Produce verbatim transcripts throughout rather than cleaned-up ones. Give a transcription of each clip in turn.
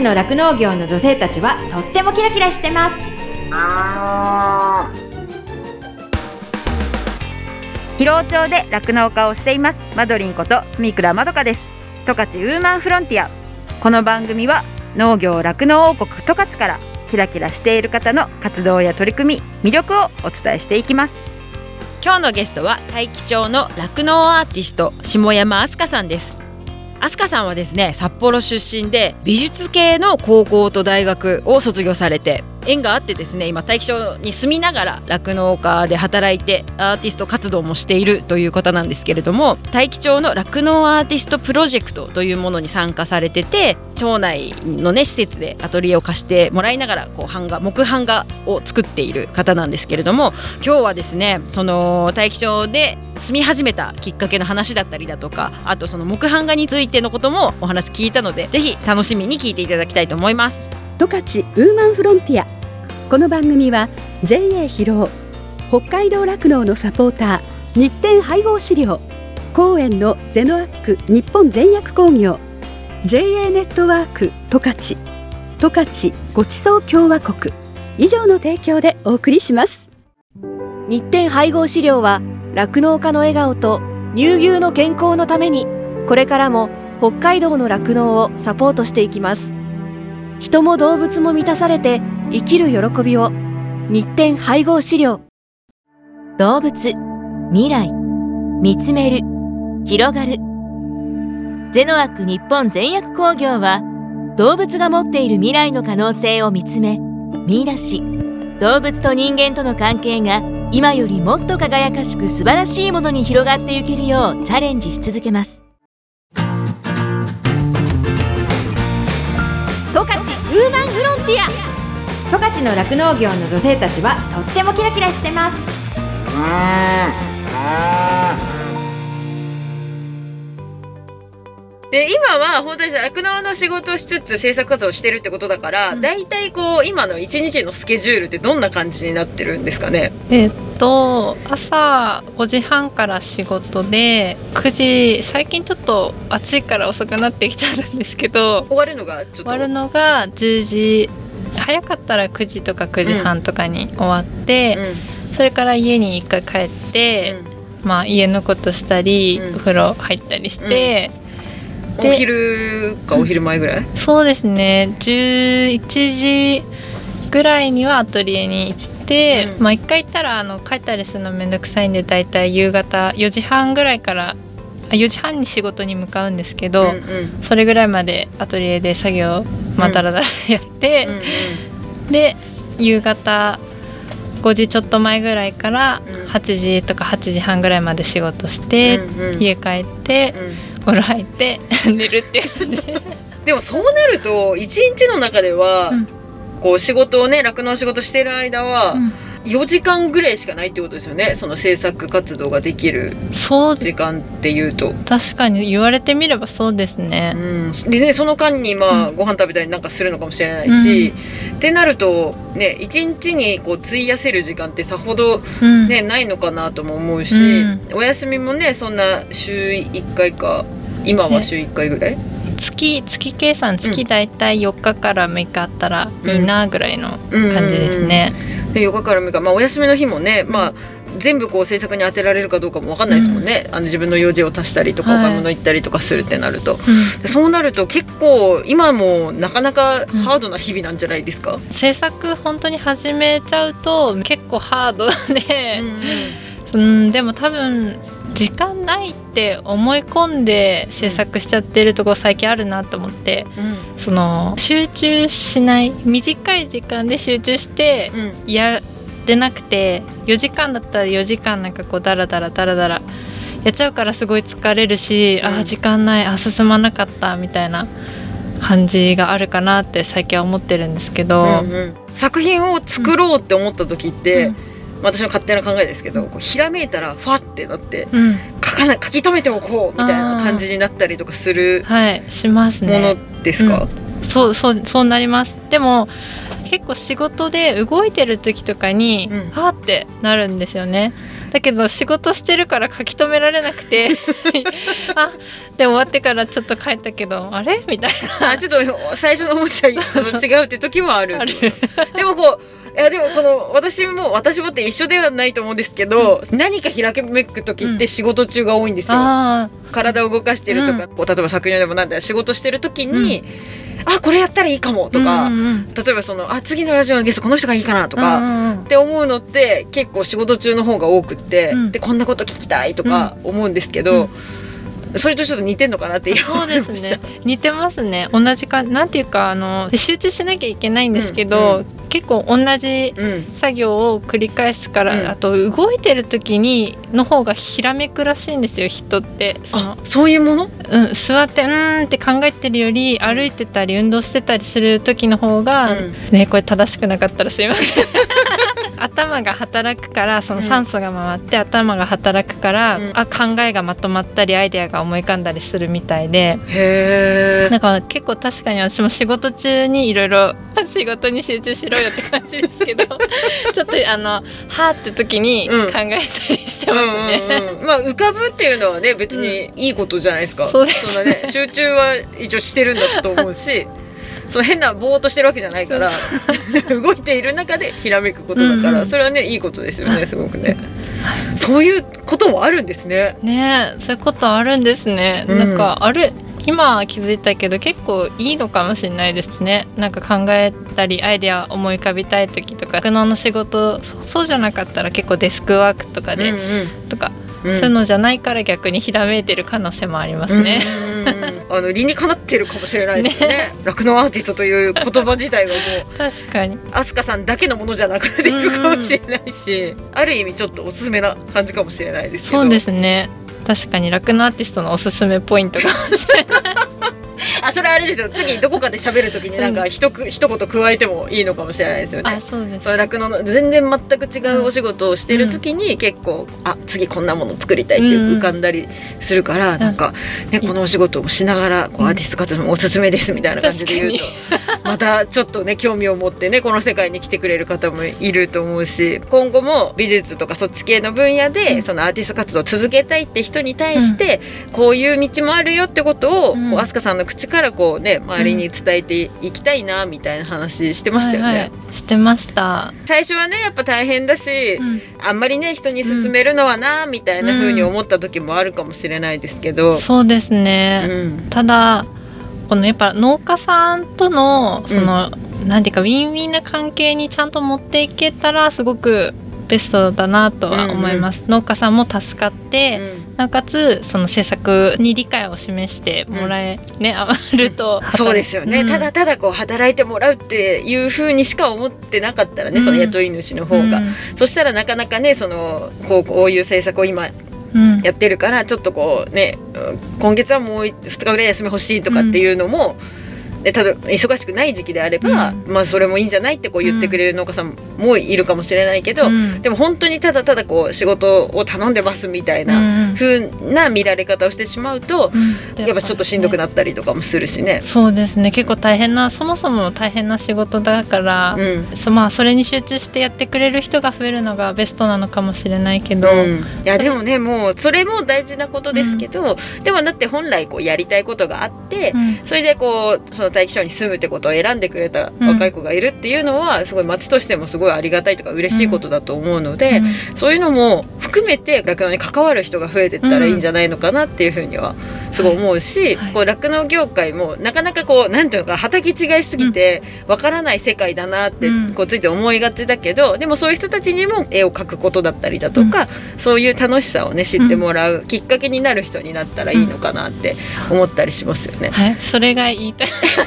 勝の酪農業の女性たちはとってもキラキラしてます。 広尾町で酪農家をしていますマドリンこと住倉まどかです。十勝ウーマンフロンティア。この番組は農業酪農王国十勝からキラキラしている方の活動や取り組み、魅力をお伝えしていきます。今日のゲストは大樹町の酪農アーティスト下山飛鳥さんです。飛鳥さんはですね、札幌出身で美術系の高校と大学を卒業されて、縁があってですね、今大樹町に住みながら酪農家で働いてアーティスト活動もしているという方なんですけれども、大樹町の酪農アーティストプロジェクトというものに参加されてて、町内のね施設でアトリエを貸してもらいながらこう版画木版画を作っている方なんですけれども、今日はですね、その大樹町で住み始めたきっかけの話だったりだとか、あとその木版画についてのこともお話聞いたので、ぜひ楽しみに聞いていただきたいと思います。 十勝ウーマンフロンティア。この番組は ジェイエー 広尾、北海道酪農のサポーター日展配合飼料、公園のゼノアック日本全薬工業、 ジェイエー ネットワーク十勝、十勝ごちそう共和国以上の提供でお送りします。 日展配合飼料は酪農家の笑顔と乳牛の健康のために、これからも北海道の酪農をサポートしていきます。人も動物も満たされて生きる喜びを。日展配合飼料。 動物、未来、見つめる、広がる。ゼノアック日本全薬工業は、動物が持っている未来の可能性を見つめ、見出し、動物と人間との関係が今よりもっと輝かしく素晴らしいものに広がっていけるようチャレンジし続けます。 十勝ウーマンフロンティア。 十勝の酪農業の女性たちはとってもキラキラしてます。 で今は本当に酪農の仕事をしつつ制作活動をしてるってことだから、うん、だいたいこう今のいちにちのスケジュールってどんな感じになってるんですかね。 えっと朝ごじはんから仕事でくじ、最近ちょっと暑いから遅くなってきちゃったんですけど、 終わるのがちょっと終わるのがじゅうじ、早かったらくじとかくじはんとかに終わって、うん、それから家に一回帰って、うん、まあ家のことしたり、うん、お風呂入ったりして、 うん、お昼かお昼前ぐらい、うん、 そうですね、じゅういちじぐらいにはアトリエに行って、うん、まあ一回行ったらあの帰ったりするのめんどくさいんで、だいたい夕方よじはんぐらいからよじはんに仕事に向かうんですけど、うんうん、それぐらいまでアトリエで作業まだらだらやって、うんうんうん、で夕方ごじちょっと前ぐらいからはちじとかはちじはんぐらいまで仕事して、うんうん、家帰って、うん、お風呂入って寝るっていう感じでもそうなるといちにちの中では、うん、こう仕事をね酪農の仕事してる間は、うんよじかんぐらいしかないってことですよね。その制作活動ができる時間っていうと。 確かに言われてみればそうですね、 うん、でねその間にまあ、うん、ご飯食べたりなんかするのかもしれないし、うん、ってなるとねいちにちにこう費やせる時間ってさほど、ねうん、ないのかなとも思うし、うん、お休みもねそんな週いっかいか、今は週いっかいぐらい、 月, 月計算月だいたいよっかからむいかあったらいいなぐらいの感じですね、 うんうんうん、でよっかからむいか、まあ、お休みの日もね、まあ、全部こう制作に当てられるかどうかも分かんないですもんね、うん、あの自分の用事を足したりとか、はい、お買い物行ったりとかするってなると、うん、でそうなると結構今もなかなかハードな日々なんじゃないですか、うん、 制作本当に始めちゃうと結構ハードで、うん、うん、でも多分時間ないって思い込んで制作しちゃってるところ最近あるなと思って、うん、その集中しない、短い時間で集中してやってなくて、よじかんだったらよじかんなんかこうダラダラダラダラやっちゃうからすごい疲れるし、うん、あ時間ない、あ進まなかったみたいな感じがあるかなって最近は思ってるんですけど、うんうん、 作品を作ろうって思った時って、うん私の勝手な考えですけど、こうひらめいたらファってなって、うん、書かな書き留めておこうみたいな感じになったりとかするはいしますね。 ものですか？ うん、そうそうそうなります。でも結構仕事で動いてる時とかに、うん、ファってなるんですよね。 だけど仕事してるから書き留められなくてあで終わってからちょっと帰ったけどあれみたいなあちょっと最初の思ったと違うって時もあるあるでもこういやでもその私も私もって一緒ではないと思うんですけど、うん、何かひらめく時って仕事中が多いんですよ、うん、体を動かしてるとか、うん、こう例えば作品でもなんだ仕事してる時に、うん、あこれやったらいいかもとか、うんうん、例えばそのあ次のラジオのゲストこの人がいいかなとか、うんうん、って思うのって結構仕事中の方が多くって、うん、でこんなこと聞きたいとか思うんですけど、うんうん、それとちょっと似てんのかなっていうそうですね似てますね同じかなんていうかあの集中しなきゃいけないんですけど、うんうん、結構同じ作業を繰り返すから、うん、あと動いてる時にの方がひらめくらしいんですよ人ってそのあそういうもの、 うん、座ってうーんって考えてるより歩いてたり運動してたりする時の方が、うん、ねこれ正しくなかったらすいません頭が働くからその酸素が回って頭が働くから、うん、あ考えがまとまったりアイデアが思い浮かんだりするみたいでへーなんか結構確かに私も仕事中にいろいろ仕事に集中しろよって感じですけどちょっとあのはーって時に考えたりしてますね、 うんうんうんうん、まあ浮かぶっていうのはね別にいいことじゃないですか、 うん、そうです、 そんなね集中は一応してるんだと思うしその変なぼーっとしてるわけじゃないから動いている中でひらめくことだから、うんうん、それはねいいことですよねすごくねそういうこともあるんですねねそういうことあるんですね、うん、なんかあれ今気づいたけど結構いいのかもしれないですねなんか考えたりアイデア思い浮かびたい時とか酪農の仕事そうじゃなかったら結構デスクワークとかで、うんうん、とか、うん、そういうのじゃないから逆にひらめいてる可能性もありますね、 うんうんうんあの理にかなってるかもしれないですよね酪農、ね、アーティストという言葉自体がもう確かに飛鳥さんだけのものじゃなくなっていくかもしれないし、うんうん、ある意味ちょっとおすすめな感じかもしれないですけどそうですね確かに酪農アーティストのおすすめポイントかもしれないあそれあれですよ次どこかで喋るときになんか一言、うん、一言加えてもいいのかもしれないですよねあそうです、 その酪農の全然全く違うお仕事をしているときに、うん、結構あ次こんなもの作りたいって浮かんだりするから、うん、なんか、ね、このお仕事をしながらこうアーティスト活動もおすすめですみたいな感じで言うとまたちょっとね興味を持ってねこの世界に来てくれる方もいると思うし今後も美術とかそっち系の分野で、うん、そのアーティスト活動を続けたいって人に対して、うん、こういう道もあるよってことを、うん、こう飛鳥さんの口からこうね周りに伝えていきたいなみたいな話してましたよね、 はいはい、してました最初はねやっぱ大変だし、うん、あんまりね人に勧めるのはなみたいな風に思った時もあるかもしれないですけど、 うん、そうですね、うん、ただこのやっぱ農家さんとのその、うん、なんていうかウィンウィンな関係にちゃんと持っていけたらすごくベストだなとは思います、うんうん、農家さんも助かって、うん、なおかつその政策に理解を示してもらえ、うん、ね、あると、 うん、そうですよね、うん、ただただこう働いてもらうっていう風にしか思ってなかったらね、うん、その雇い主の方が、うん、そしたらなかなかねそのこう、こういう政策を今やってるからちょっとこうね今月はもうふつかぐらい休み欲しいとかっていうのも、うんでただ忙しくない時期であれば、うんまあ、それもいいんじゃないってこう言ってくれる農家さんもいるかもしれないけど、うん、でも本当にただただこう仕事を頼んでますみたいな風な見られ方をしてしまうと、うん、やっぱちょっとしんどくなったりとかもするしね。 そうですね結構大変なそもそも大変な仕事だから、うんそまあ、それに集中してやってくれる人が増えるのがベストなのかもしれないけど、うん、 いやでもねもうそれも大事なことですけど、うん、でもだって本来こうやりたいことがあって、うん、それでこうその待機所に住むってことを選んでくれた若い子がいるっていうのは、うん、すごい町としてもすごいありがたいとか嬉しいことだと思うので、うん、そういうのも含めて酪農に関わる人が増えていったらいいんじゃないのかなっていうふうにはすごい思うし、うんはい、こう酪農業界もなかなかこうなんていうのか畑違いすぎてわからない世界だなってこうついて思いがちだけど、でもそういう人たちにも絵を描くことだったりだとか、うん、そういう楽しさをね知ってもらうきっかけになる人になったらいいのかなって思ったりしますよね、 はい、それが言いたい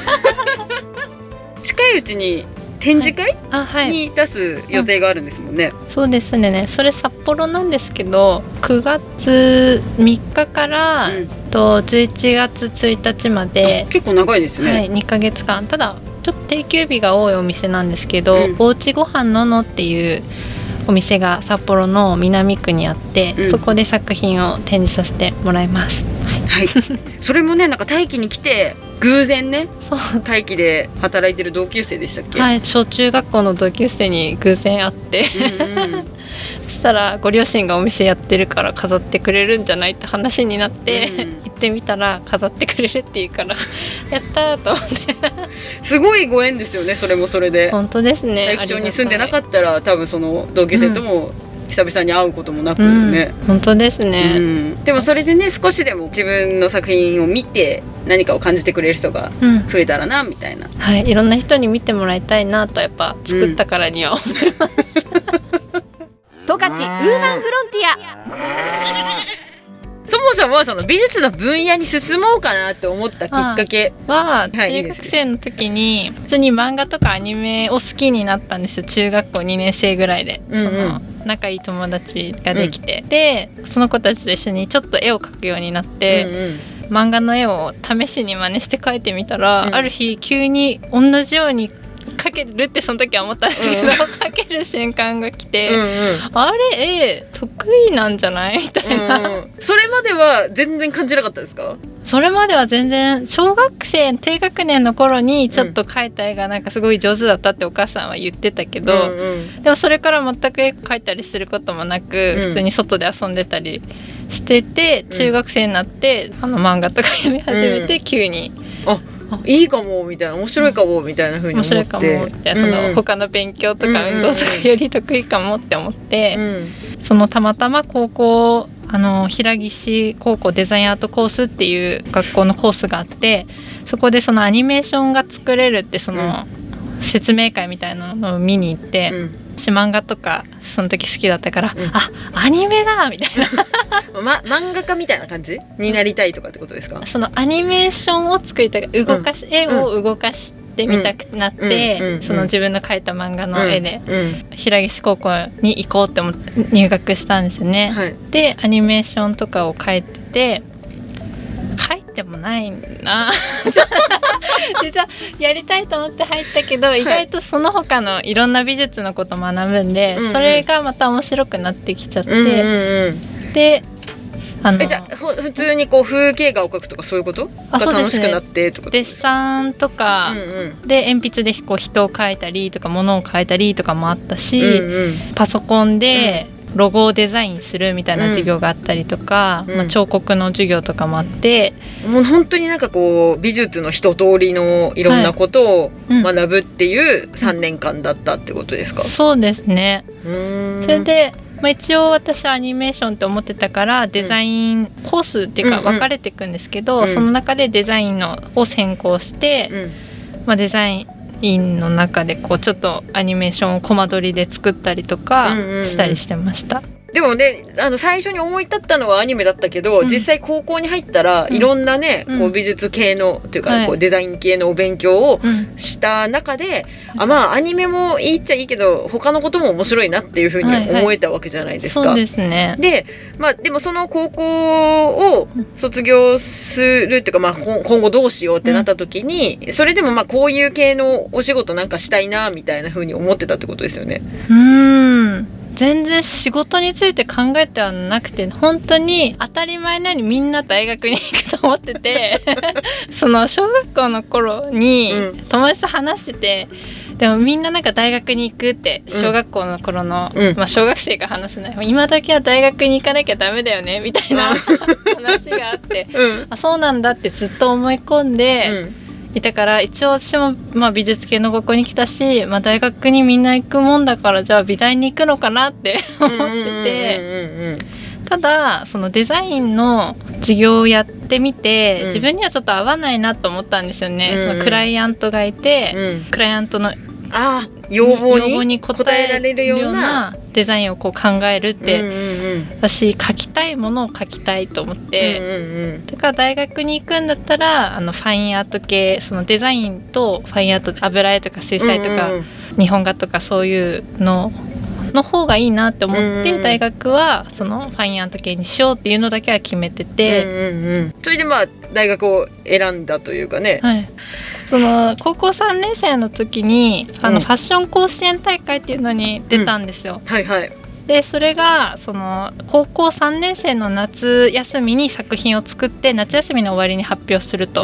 近いうちに展示会、はいあはい、に出す予定があるんですもんね、 うん、そうですねそれ札幌なんですけどくがつみっかから、うん、とじゅういちがつついたちまで結構長いですね、 はい、にかげつかんただちょっと定休日が多いお店なんですけど、うん、おうちごはんののっていうお店が札幌の南区にあって、うん、そこで作品を展示させてもらいます、はいはい、それもねなんか大気に来て偶然ねそう大気で働いてる同級生でしたっけ。 はい小中学校の同級生に偶然会ってうん、うん、そししたらご両親がお店やってるから飾ってくれるんじゃないって話になって、うん、行ってみたら飾ってくれるっていうからやったーと思ってすごいご縁ですよね。それもそれで本当ですね。 大樹町に住んでなかったら多分その同級生とも久々に会うこともなくね、 うん、本当ですね、 うん、でもそれでね少しでも自分の作品を見て何かを感じてくれる人が増えたらな、みたいな、 はい、いろんな人に見てもらいたいなとやっぱ作ったからには思います、 うん、十勝ウーマンフロンティア。 そもそもその美術の分野に進もうかなって思ったきっかけは中学生の時に普通に漫画とかアニメを好きになったんですよ。中学校にねん生ぐらいで、うんうん、その仲いい友達ができて、うん、でその子たちと一緒にちょっと絵を描くようになって、うんうん、漫画の絵を試しに真似して描いてみたら、うん、ある日急に同じように描けるってその時は思ったんですけど、うん、描ける瞬間が来て、うんうん、あれ絵得意なんじゃないみたいな、うんうん、 それまでは全然感じなかったですか？ それまでは全然小学生低学年の頃にちょっと描いた絵がなんかすごい上手だったってお母さんは言ってたけど、うんうん、でもそれから全く絵描いたりすることもなく、うん、普通に外で遊んでたりしてて、中学生になってあの漫画とか読み始めて急に、 うん、あいいかもみたいな面白いかもみたいな風に思って、面白いかもって、 うん、その他の勉強とか運動とかより得意かもって思って、うん、そのたまたま高校あの平岸高校デザインアートコースっていう学校のコースがあって、そこでそのアニメーションが作れるってその説明会みたいなのを見に行って、うん、私漫画とかその時好きだったから、うん、あアニメだみたいな、 ま、漫画家みたいな感じになりたいとかってことですか？ そのアニメーションを作りたい、動かし、うん、絵を動かしてみたくなって、うん、その自分の描いた漫画の絵で、うん、平岸高校に行こうって思って入学したんですよね、はい、でアニメーションとかを描いてて、描いてもないな実はやりたいと思って入ったけど、はい、意外とその他のいろんな美術のこと学ぶんで、うんうん、それがまた面白くなってきちゃって、うんうんうん、であのえじゃあ普通にこう風景画を描くとかそういうことが楽しくなってってこと？ デッサンとかで鉛筆でこう人を描いたりとか物を描いたりとかもあったし、うんうん、パソコンでロゴをデザインするみたいな授業があったりとか、うんまあ、彫刻の授業とかもあって、 もう本当になんかこう美術の一通りのいろんなことを学ぶっていうさんねんかんだったってことですか？ うん、そうですね。うーんそれでまあ、一応私はアニメーションって思ってたからデザインコースっていうか分かれていくんですけど、うんうん、その中でデザインのを専攻して、うんまあ、デザインの中でこうちょっとアニメーションをコマ撮りで作ったりとかしたりしてました、うんうんうん。 でもね、あの最初に思い立ったのはアニメだったけど、うん、実際高校に入ったらいろんなね、うん、こう美術系のというか、はい、こうデザイン系のお勉強をした中で、うん、あまあアニメもいいっちゃいいけど他のことも面白いなっていうふうに思えたわけじゃないですか、 はいはい、そうですね。 で、まあ、でもその高校を卒業するっていうか、まあ、今後どうしようってなった時に、うん、それでもまあこういう系のお仕事なんかしたいなみたいなふうに思ってたってことですよね。 うーん全然仕事について考えてはなくて、本当に当たり前のようにみんな大学に行くと思っててその小学校の頃に友達と話してて、うん、でもみんななんか大学に行くって小学校の頃の、うんまあ、小学生が話すの今だけは大学に行かなきゃダメだよねみたいな話があって、うん、あそうなんだってずっと思い込んで、うんいたから一応私もまあ美術系の学校に来たし、まあ、大学にみんな行くもんだからじゃあ美大に行くのかなって思ってて、ただそのデザインの授業をやってみて、うん、自分にはちょっと合わないなと思ったんですよね、うん、そのクライアントがいて、うん、クライアントのあ要望 に, 要望に応えられるようなデザインをこう考えるって、うんうんうん、私描きたいものを描きたいと思って、うんうんうん、だから大学に行くんだったらあのファインアート系そのデザインとファインアート油絵とか水彩とか、うんうん、日本画とかそういうのの方がいいなって思って、うんうん、大学はそのファインアート系にしようっていうのだけは決めてて、うんうんうん、それでまあ大学を選んだというかね、 はい、その高校さんねん生の時にあのファッション甲子園大会っていうのに出たんですよ、 うん、はいはい。 でそれがその高校さんねん生の夏休みに作品を作って夏休みの終わりに発表すると、うん、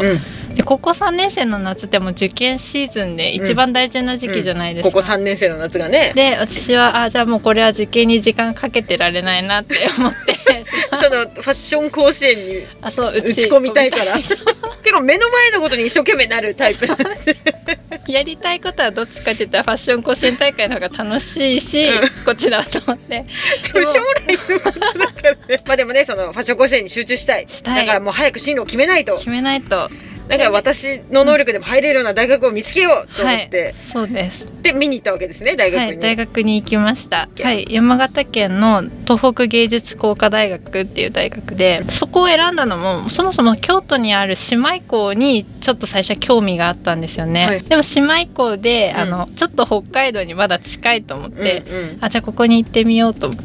で高校さんねん生の夏ってもう受験シーズンで一番大事な時期じゃないですか、 うんうん、高校さんねん生の夏がね。 で私はあじゃあもうこれは受験に時間かけてられないなって思ってそのファッション甲子園にあそう打ち込みたいから結構目の前のことに一生懸命なるタイプなんですやりたいことはどっちかって言ったらファッション甲子園大会の方が楽しいし、うん、こっちだと思ってでも将来のことだからねまあでもねそのファッション甲子園に集中したいしたいだからもう早く進路を決めないと決めないとだから私の能力でも入れるような大学を見つけようと思って、はい、 そうですで見に行ったわけですね大学に、 はい、大学に行きました、はい、山形県の東北芸術工科大学っていう大学でそこを選んだのもそもそも京都にある姉妹校にちょっと最初興味があったんですよね、はい、でも姉妹校で、うん、あのちょっと北海道にまだ近いと思って、うんうん、あじゃあここに行ってみようと思って、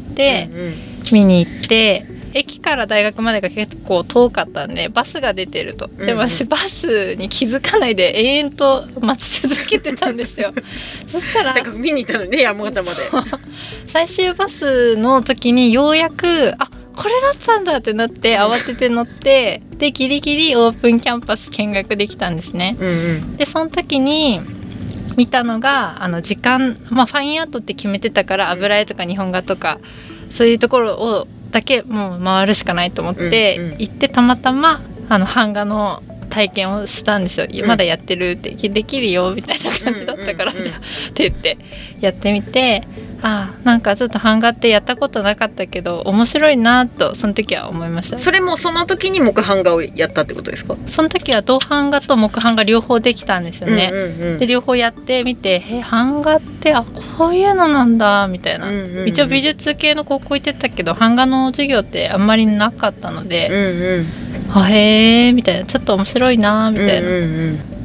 うんうん、見に行って駅から大学までが結構遠かったんでバスが出てると、でも私バスに気づかないで永遠と待ち続けてたんですよそしたら見に行ったのね山形まで最終バスの時にようやくあこれだったんだってなって慌てて乗ってでギリギリオープンキャンパス見学できたんですね、うんうん、でその時に見たのがあの時間、まあ、ファインアートって決めてたから油絵とか日本画とかそういうところをだけもう回るしかないと思って、うんうん、行ってたまたまあの版画の体験をしたんですよ、うん、まだやってるってできるよみたいな感じだったから、うんうんうん、じゃあって言ってやってみてあなんかちょっと版画ってやったことなかったけど面白いなとその時は思いました。 それもその時に木版画をやったってことですか？ その時は銅版画と木版画両方できたんですよね、うんうんうん、で両方やってみてえ版画ってあこういうのなんだみたいな、うんうんうん、一応美術系の高校行ってたけど版画の授業ってあんまりなかったので、うんうん、あへーみたいなちょっと面白いなみたいな、うんうんうん、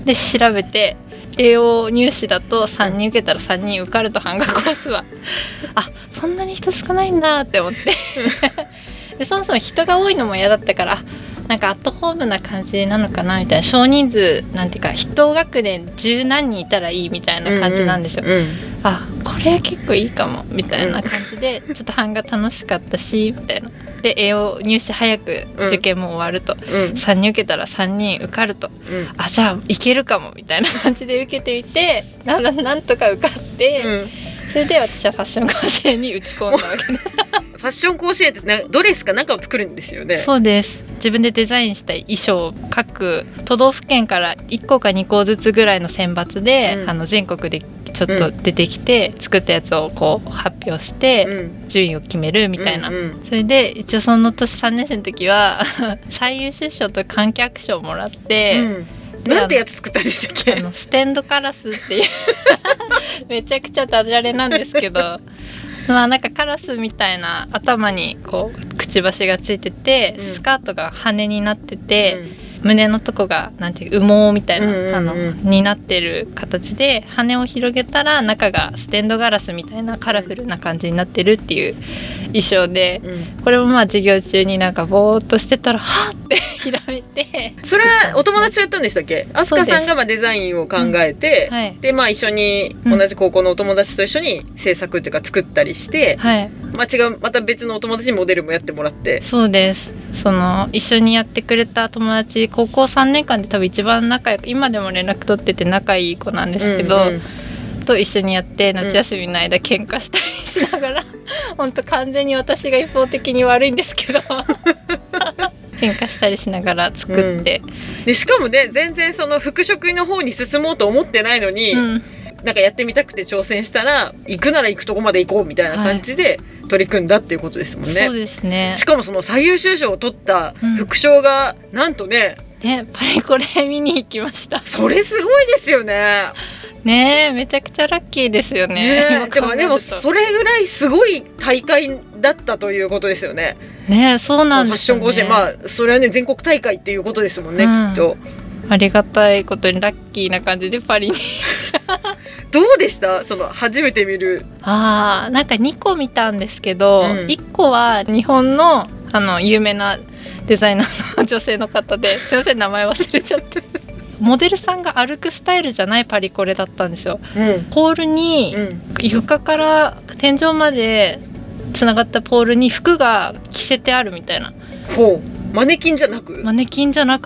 で調べて栄養入試だとさんにん受けたらさんにん受かると版画コースはあそんなに人少ないんだって思ってでそもそも人が多いのも嫌だったからなんかアットホームな感じなのかなみたいな少人数なんていうか一学年十何人いたらいいみたいな感じなんですよ、うんうんうん、あこれ結構いいかもみたいな感じでちょっと版画楽しかったしみたいなで栄養入試早く受験も終わると、うん、さんにん受けたらさんにん受かると、うん、あじゃあいけるかもみたいな感じで受けてみて な, なんとか受かって、うん、それで私はファッション甲子園に打ち込んだわけですファッション甲子園ってドレスかなんかを作るんですよね。 そうです。自分でデザインした衣装を各都道府県からいっこかにこずつぐらいの選抜で、うん、あの全国でちょっと出てきて、うん、作ったやつをこう発表して、うん、順位を決めるみたいな、うんうん、それで一応その年さんねん生の時は最優秀賞と観客賞をもらって、 うん、なんてやつ作ったんでしたっけ？ あのステンドカラスっていうめちゃくちゃダジャレなんですけどまあなんかカラスみたいな頭にこうくちばしがついてて、うん、スカートが羽になってて、うん、胸のとこがなんていう羽毛みたいな、うんうんうん、あのになってる形で羽を広げたら中がステンドガラスみたいなカラフルな感じになってるっていう衣装で、うん、これもまあ授業中になんかぼーっとしてたらはーってひらめいてそれはお友達とやったんでしたっけ？飛鳥さんがまあデザインを考えて、うんはい、でまあ一緒に同じ高校のお友達と一緒に制作っていうか作ったりして、はい、まあ違うまた別のお友達にモデルもやってもらって。 そうです。その一緒にやってくれた友達高校さんねんかんで多分一番仲良く今でも連絡取ってて仲いい子なんですけど、うんうん、と一緒にやって夏休みの間喧嘩したりしながら、うん、本当完全に私が一方的に悪いんですけど喧嘩したりしながら作って、 うん、でしかもね全然その服飾の方に進もうと思ってないのに、うん、なんかやってみたくて挑戦したら行くなら行くとこまで行こうみたいな感じで取り組んだっていうことですもんね、はい、 そうですね。 しかもその最優秀賞を取った副賞がなんとね、 うん、ねパリコレ見に行きました。 それすごいですよね。 ねえめちゃくちゃラッキーですよ ね, ねでもでもそれぐらいすごい大会だったということですよね。 ねえそうなんですよね。 ファッション甲子園まあそれはね全国大会っていうことですもんね、うん、きっとありがたいことにラッキーな感じでパリにどうでしたその初めて見る？ あーなんかにこ見たんですけど、うん、いっこは日本 の, あの有名なデザイナーの女性の方ですいません名前忘れちゃってモデルさんが歩くスタイルじゃないパリコレだったんですよ、うん、ポールに、うん、床から天井までつながったポールに服が着せてあるみたいな。 ほうマネキンじゃなく？ マネキンじゃなかった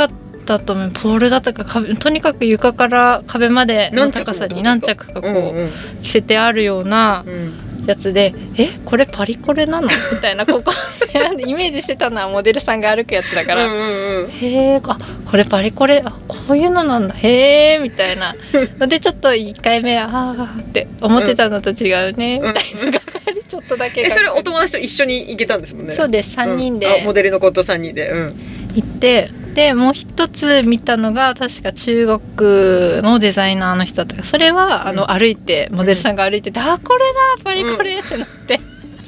ったと思う。ポールだったか壁、とにかく床から壁までの高さに何着かこう、うんうん、着せてあるようなやつで、うん、えこれパリコレなのみたいなここイメージしてたのはモデルさんが歩くやつだから、うんうんうん、へえあこれパリコレあこういうのなんだへえみたいなのでちょっといっかいめあーって思ってたのと違うね、うん、みたいながかりちょっとだけがかり。えそれお友達と一緒に行けたんですもんね。そうですさんにんで、うん、あモデルの子とさんにんで、うん、行ってでもう一つ見たのが確か中国のデザイナーの人だったからそれは、うん、あの歩いてモデルさんが歩いてて、うん、あこれだパリコレってなって、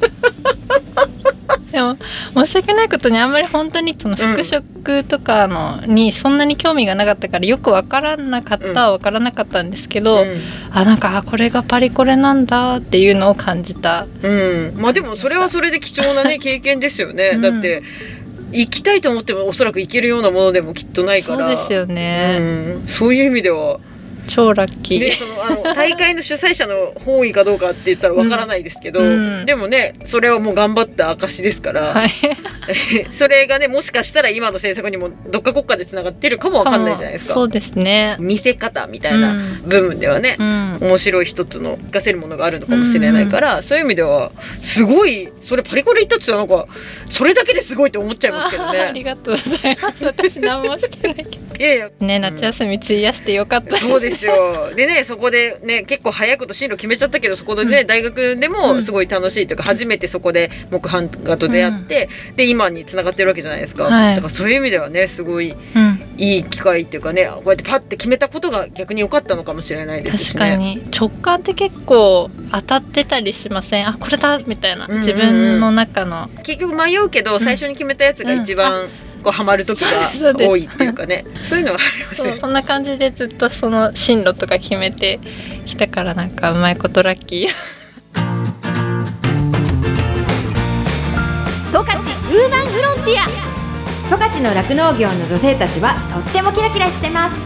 うん、でも申し訳ないことにあんまり本当にその服飾とかのにそんなに興味がなかったからよく分からなかったは分からなかったんですけど、うん、あなんかあこれがパリコレなんだっていうのを感じた、うん、まあでもそれはそれで貴重な、ね、経験ですよね、うん、だって行きたいと思ってもおそらく行けるようなものでもきっとないから。そうですよね、うん、そういう意味では超ラッキーでそのあの大会の主催者の本意かどうかって言ったらわからないですけど、うん、でもねそれはもう頑張った証ですから、はい、それがねもしかしたら今の制作にもどっか国家でつながってるかもわかんないじゃないですか。そうですね見せ方みたいな部分ではね、うん、面白い一つの活かせるものがあるのかもしれないから、うん、そういう意味ではすごいそれパリコレ行ったってなんかそれだけですごいって思っちゃいますけどね。 あ, ありがとうございます私何もしてないけどいやいやね夏休み費やしてよかったです、ね、そうですよでねそこでね結構早くと進路決めちゃったけどそこでね、うん、大学でもすごい楽しいというか、うん、初めてそこで木版画と出会って、うん、で今に繋がってるわけじゃないですか、はい、だからそういう意味ではねすごい、うん、いい機会っていうかねこうやってパッて決めたことが逆に良かったのかもしれないですしね。確かに直感って結構当たってたりしません？あこれだみたいな、うんうんうん、自分の中の結局迷うけど最初に決めたやつが一番、うんうんこうハマる時が多いっていうかねそういうのはありますよね。そんな感じでずっとその進路とか決めてきたからなんかうまいことラッキー十勝ウーマンフロンティア十勝の酪農業の女性たちはとってもキラキラしてます。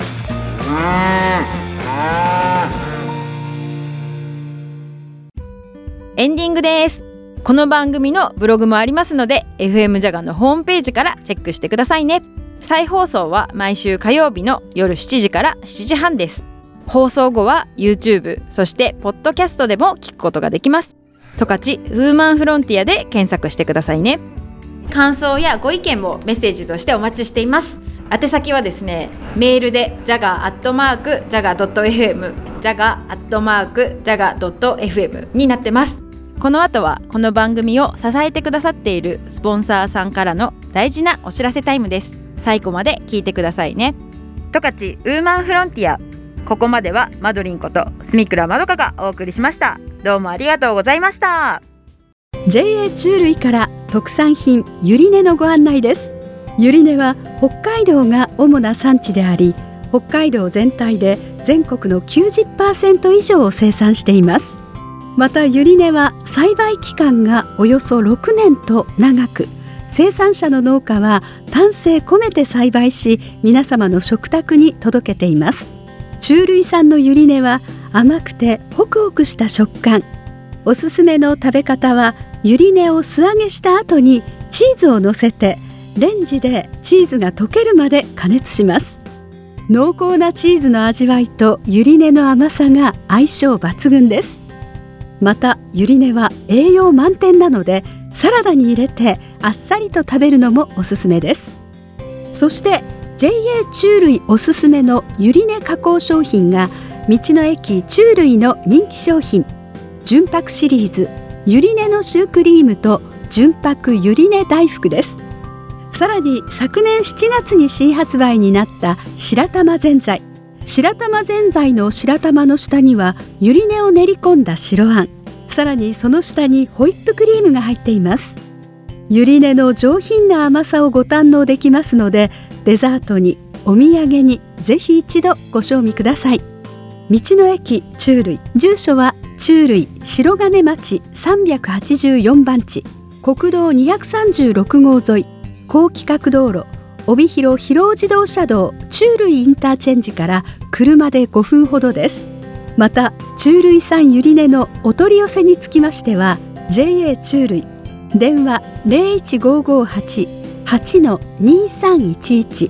エンディングです。この番組のブログもありますので エフエム ジャガのホームページからチェックしてくださいね。再放送は毎週火曜日の夜しちじからしちじはんです。放送後は YouTube そしてポッドキャストでも聞くことができます。十勝ウーマンフロンティアで検索してくださいね。 感想やご意見もメッセージとしてお待ちしています。宛先はですねメールで ジャガ アットマーク ジャガ ドット エフエム ジャガ アットマーク ジャガ ドット エフエム になってます。 この後はこの番組を支えてくださっているスポンサーさんからの大事なお知らせタイムです。最後まで聞いてくださいね。十勝ウーマンフロンティア、ここまではマドリンこと住倉まどかがお送りしました。どうもありがとうございました。 ジェイエー 中類から特産品ゆり根のご案内です。ゆり根は北海道が主な産地であり北海道全体で全国の きゅうじゅっパーセント 以上を生産しています。またゆり根は栽培期間がおよそろくねんと長く生産者の農家は丹精込めて栽培し皆様の食卓に届けています。中類産のゆり根は甘くてホクホクした食感。おすすめの食べ方はゆり根を素揚げした後にチーズを乗せてレンジでチーズが溶けるまで加熱します。濃厚なチーズの味わいとゆり根の甘さが相性抜群です。またゆり根は栄養満点なのでサラダに入れてあっさりと食べるのもおすすめです。そして ジェイエー 中類おすすめのゆり根加工商品が道の駅中類の人気商品純白シリーズゆり根のシュークリームと純白ゆり根大福です。さらに昨年しちがつに新発売になった白玉ぜんざい白玉ぜんざいの白玉の下にはゆり根を練り込んだ白あん、さらにその下にホイップクリームが入っています。ゆり根の上品な甘さをご堪能できますのでデザートにお土産にぜひ一度ご賞味ください。道の駅中類、住所は中類白金町さんびゃくはちじゅうよんばん地、国道にひゃくさんじゅうろくごう沿い高規格道路帯広広尾自動車道中類インターチェンジから車でごふんほどです。また中類産ゆり根のお取り寄せにつきましては ジェイエー 中類電話 ゼロいちごーごーはち はちのにさんいちいち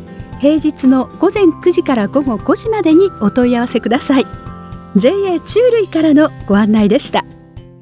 平日の午前くじから午後ごじまでにお問い合わせください。 ジェイエー 中類からのご案内でした。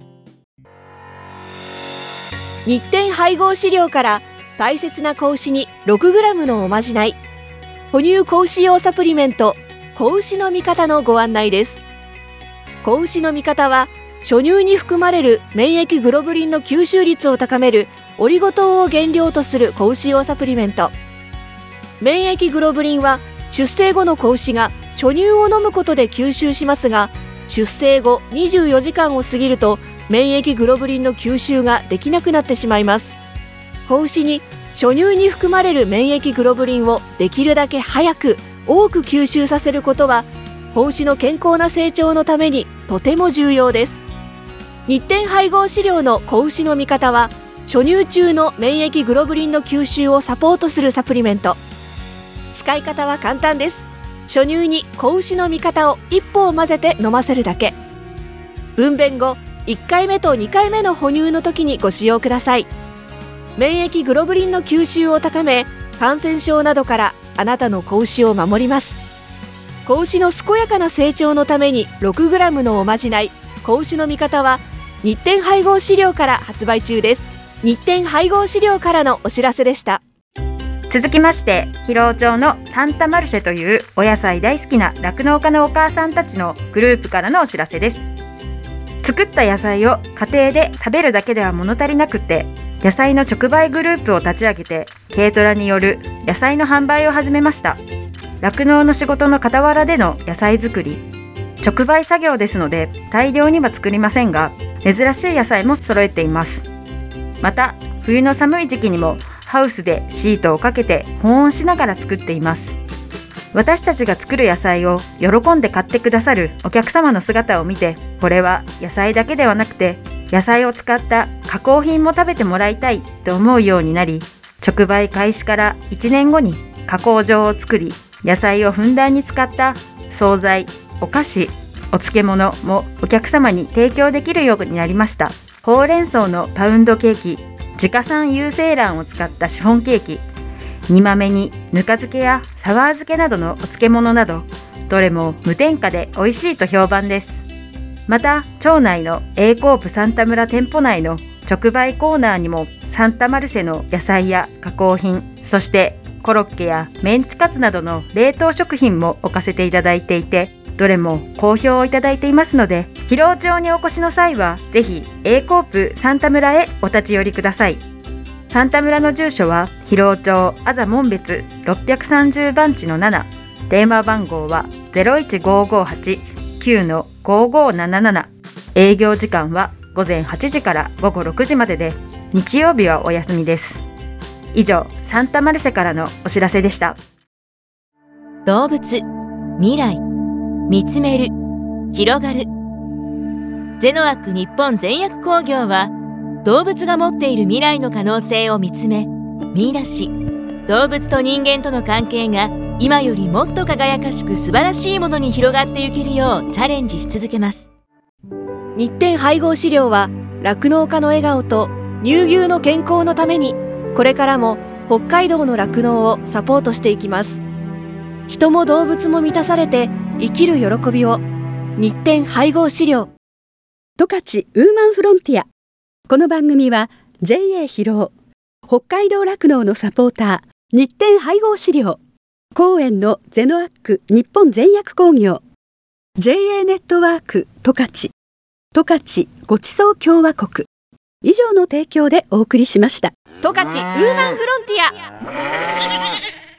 日展配合飼料から大切な子牛に ろくグラム のおまじない、哺乳子牛用サプリメント子牛の味方のご案内です。子牛の味方は初乳に含まれる免疫グロブリンの吸収率を高めるオリゴ糖を原料とする子牛用サプリメント。免疫グロブリンは出生後の子牛が初乳を飲むことで吸収しますが、出生後にじゅうよじかんを過ぎると免疫グロブリンの吸収ができなくなってしまいます。子牛に初乳に含まれる免疫グロブリンをできるだけ早く多く吸収させることは子牛の健康な成長のためにとても重要です。日展配合飼料の子牛の味方は初乳中の免疫グロブリンの吸収をサポートするサプリメント。使い方は簡単です。初乳に子牛の味方をいっぽを混ぜて飲ませるだけ。分娩後いっかいめとにかいめの哺乳の時にご使用ください。免疫グロブリンの吸収を高め、感染症などからあなたの子牛を守ります。子牛の健やかな成長のために ろくグラム のおまじない子牛の味方は日展配合飼料から発売中です。日展配合飼料からのお知らせでした。 続きまして、広尾町のサンタマルシェというお野菜大好きな酪農家のお母さんたちのグループからのお知らせです。作った野菜を家庭で食べるだけでは物足りなくて、野菜の直売グループを立ち上げて軽トラによる野菜の販売を始めました。酪農の仕事の傍らでの野菜作り、直売作業ですので大量には作りませんが、珍しい野菜も揃えています。また冬の寒い時期にもハウスでシートをかけて保温しながら作っています。私たちが作る野菜を喜んで買ってくださるお客様の姿を見て、これは野菜だけではなくて野菜を使った加工品も食べてもらいたいと思うようになり、直売開始からいちねんごに加工場を作り、野菜をふんだんに使った惣菜、お菓子、お漬物もお客様に提供できるようになりました。ほうれん草のパウンドケーキ、自家産有精卵を使ったシフォンケーキ、煮豆にぬか漬けやサワー漬けなどのお漬物など、どれも無添加で美味しいと評判です。また町内の A コープサンタ村店舗内の直売コーナーにもサンタマルシェの野菜や加工品、そしてコロッケやメンチカツなどの冷凍食品も置かせていただいていて、どれも好評をいただいていますので、広尾町にお越しの際はぜひ A コープサンタ村へお立ち寄りください。サンタ村の住所は広尾町あざ門別ろっぴゃくさんじゅうばんちのなな、電話番号は ゼロいちごーごーはち きゅう ごーごーなななな、営業時間はごぜんはちじからごごろくじまでで、日曜日はお休みです。以上、サンタマルシェからのお知らせでした。 動物、未来、見つめる、広がる。ゼノアック日本全薬工業は、動物が持っている未来の可能性を見つめ、見出し、動物と人間との関係が今よりもっと輝かしく素晴らしいものに広がっていけるようチャレンジし続けます。 日展配合飼料は酪農家の笑顔と乳牛の健康のために、これからも北海道の酪農をサポートしていきます。人も動物も満たされて生きる喜びを。日展配合飼料。 十勝ウーマンフロンティア。この番組は ジェイエー 広尾、北海道酪農のサポーター、日展配合飼料、公園のゼノアック日本全薬工業、 ジェイエー ネットワーク十勝、十勝ごちそう共和国以上の提供でお送りしました。 十勝ウーマンフロンティア。